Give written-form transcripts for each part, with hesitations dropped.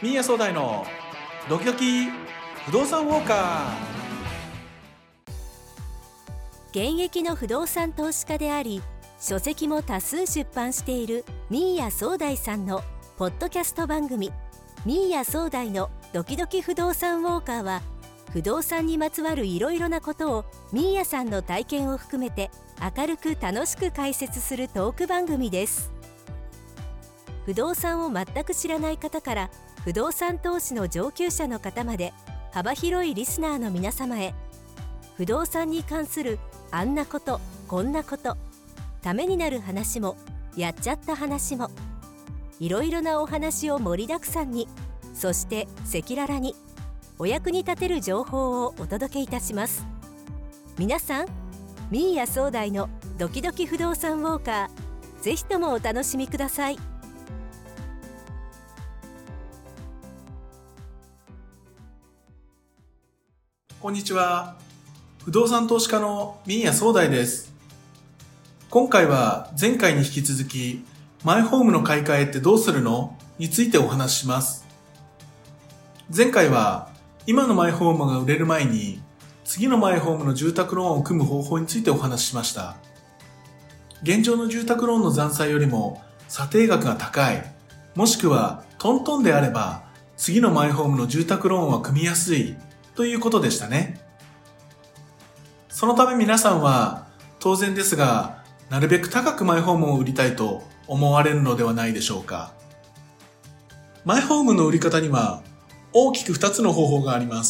新谷総大のドキドキ不動産ウォーカー。現役の不動産投資家であり、書籍も多数出版している新谷総大さんのポッドキャスト番組新谷総大のドキドキ不動産ウォーカーは、不動産にまつわるいろいろなことを新谷さんの体験を含めて明るく楽しく解説するトーク番組です。不動産を全く知らない方から不動産投資の上級者の方まで、幅広いリスナーの皆様へ、不動産に関するあんなことこんなこと、ためになる話もやっちゃった話も、いろいろなお話を盛りだくさんに、そして赤裸々にお役に立てる情報をお届けいたします。皆さん、新谷総大のドキドキ不動産ウォーカー、ぜひともお楽しみください。 こんにちは。不動産投資家の新谷総大です。今回は前回に引き続き、マイホームの買い替えってどうするのについてお話しします。前回は今のマイホームが売れる前に次のマイホームの住宅ローンを組む方法についてお話ししました。現状の住宅ローンの残債よりも査定額が高い、もしくはトントンであれば次のマイホームの住宅ローンは組みやすいということでしたね。そのため皆さんは当然ですが、なるべく高くマイホームを売りたいと思われるのではないでしょうか。マイホームの売り方には大きく2つの方法があります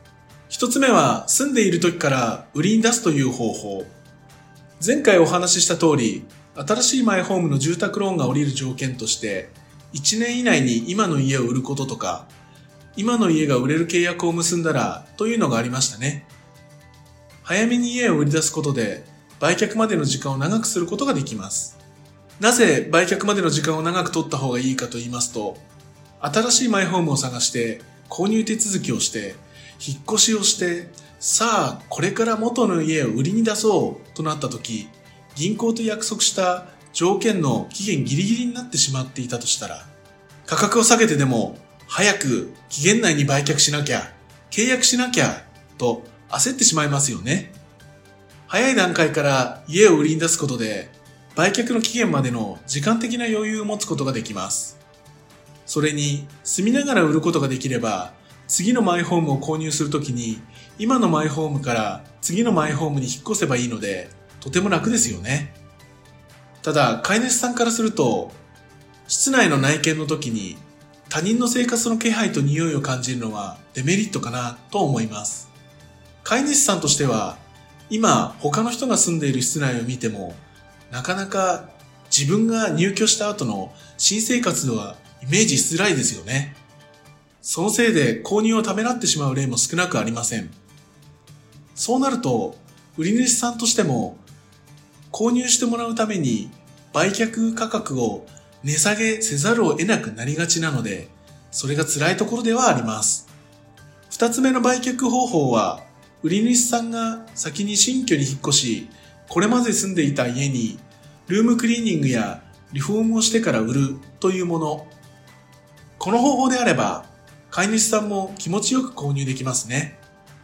。1つ目は住んでいる時から売りに出すという方法。前回お話しした通り、新しいマイホームの住宅ローンが下りる条件として1年以内に今の家を売ることとか、今の家が売れる契約を結んだらというのがありましたね。早めに家を売り出すことで売却までの時間を長くすることができます。なぜ売却までの時間を長く取った方がいいかと言いますと、新しいマイホームを探して購入手続きをして引っ越しをして、さあこれから元の家を売りに出そうとなった時、銀行と約束した条件の期限ギリギリになってしまっていたとしたら、価格を下げてでも早く期限内に売却しなきゃ、契約しなきゃと焦ってしまいますよね。早い段階から家を売りに出すことで売却の期限までの時間的な余裕を持つことができます。それに住みながら売ることができれば、次のマイホームを購入するときに今のマイホームから次のマイホームに引っ越せばいいので、とても楽ですよね。ただ飼い主さんからすると、室内の内見の時に他人の生活の気配と匂いを感じるのはデメリットかなと思います。飼い主さんとしては、今他の人が住んでいる室内を見ても、なかなか自分が入居した後の新生活はイメージしづらいですよね。そのせいで購入をためらってしまう例も少なくありません。そうなると、売り主さんとしても購入してもらうために売却価格を値下げせざるを得なくなりがちなので、それが辛いところではあります。二つ目の売却方法は、売り主さんが先に新居に引っ越し、これまで住んでいた家にルームクリーニングやリフォームをしてから売るというもの。この方法であれば、飼い主さんも気持ちよく購入できますね。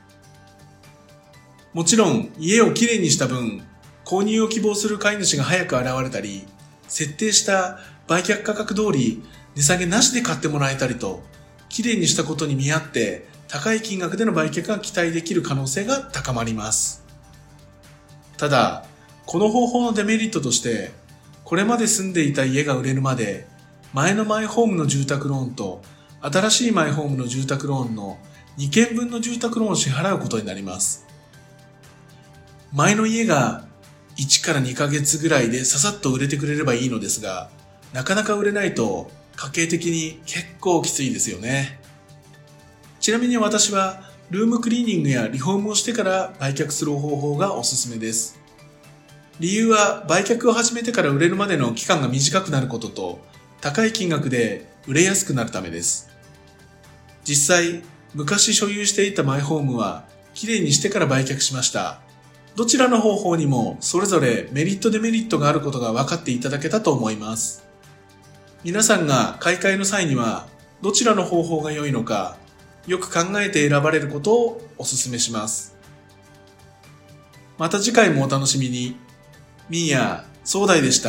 もちろん家をきれいにした分、購入を希望する飼い主が早く現れたり、設定した売却価格通り値下げなしで買ってもらえたりと、きれいにしたことに見合って高い金額での売却が期待できる可能性が高まります。ただ、この方法のデメリットとして、これまで住んでいた家が売れるまで、前のマイホームの住宅ローンと新しいマイホームの住宅ローンの2件分の住宅ローンを支払うことになります。前の家が1から2ヶ月ぐらいでささっと売れてくれればいいのですが、なかなか売れないと家計的に結構きついですよね。ちなみに私はルームクリーニングやリフォームをしてから売却する方法がおすすめです。理由は売却を始めてから売れるまでの期間が短くなることと、高い金額で売れやすくなるためです。実際、昔所有していたマイホームはきれいにしてから売却しました。どちらの方法にもそれぞれメリットデメリットがあることが分かっていただけたと思います。皆さんが買い替えの際にはどちらの方法が良いのか、よく考えて選ばれることをお勧めします。また次回もお楽しみに。ミーヤ壮大でした。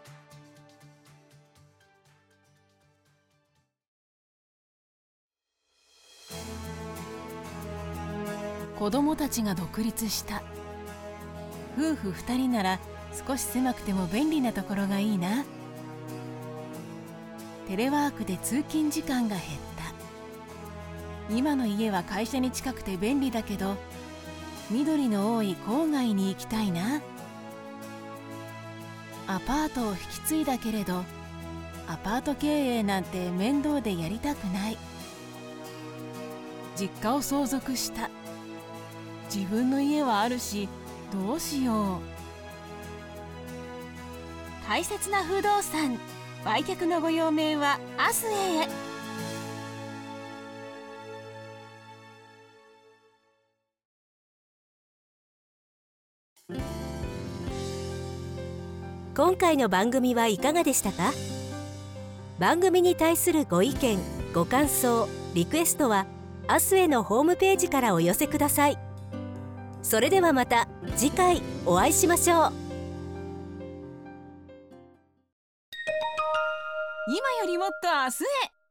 子供たちが独立した。夫婦2人なら少し狭くても便利なところがいいな。テレワークで通勤時間が減った。今の家は会社に近くて便利だけど、緑の多い郊外に行きたいな。アパートを引き継いだけれど、アパート経営なんて面倒でやりたくない。実家を相続した。自分の家はあるし、どうしよう。大切な不動産、売却のご用命はアスウェイへ。 今回の番組はいかがでしたか？番組に対するご意見、ご感想、リクエストはアスウェイのホームページからお寄せください。それではまた次回お会いしましょう。 今よりもっと明日へ。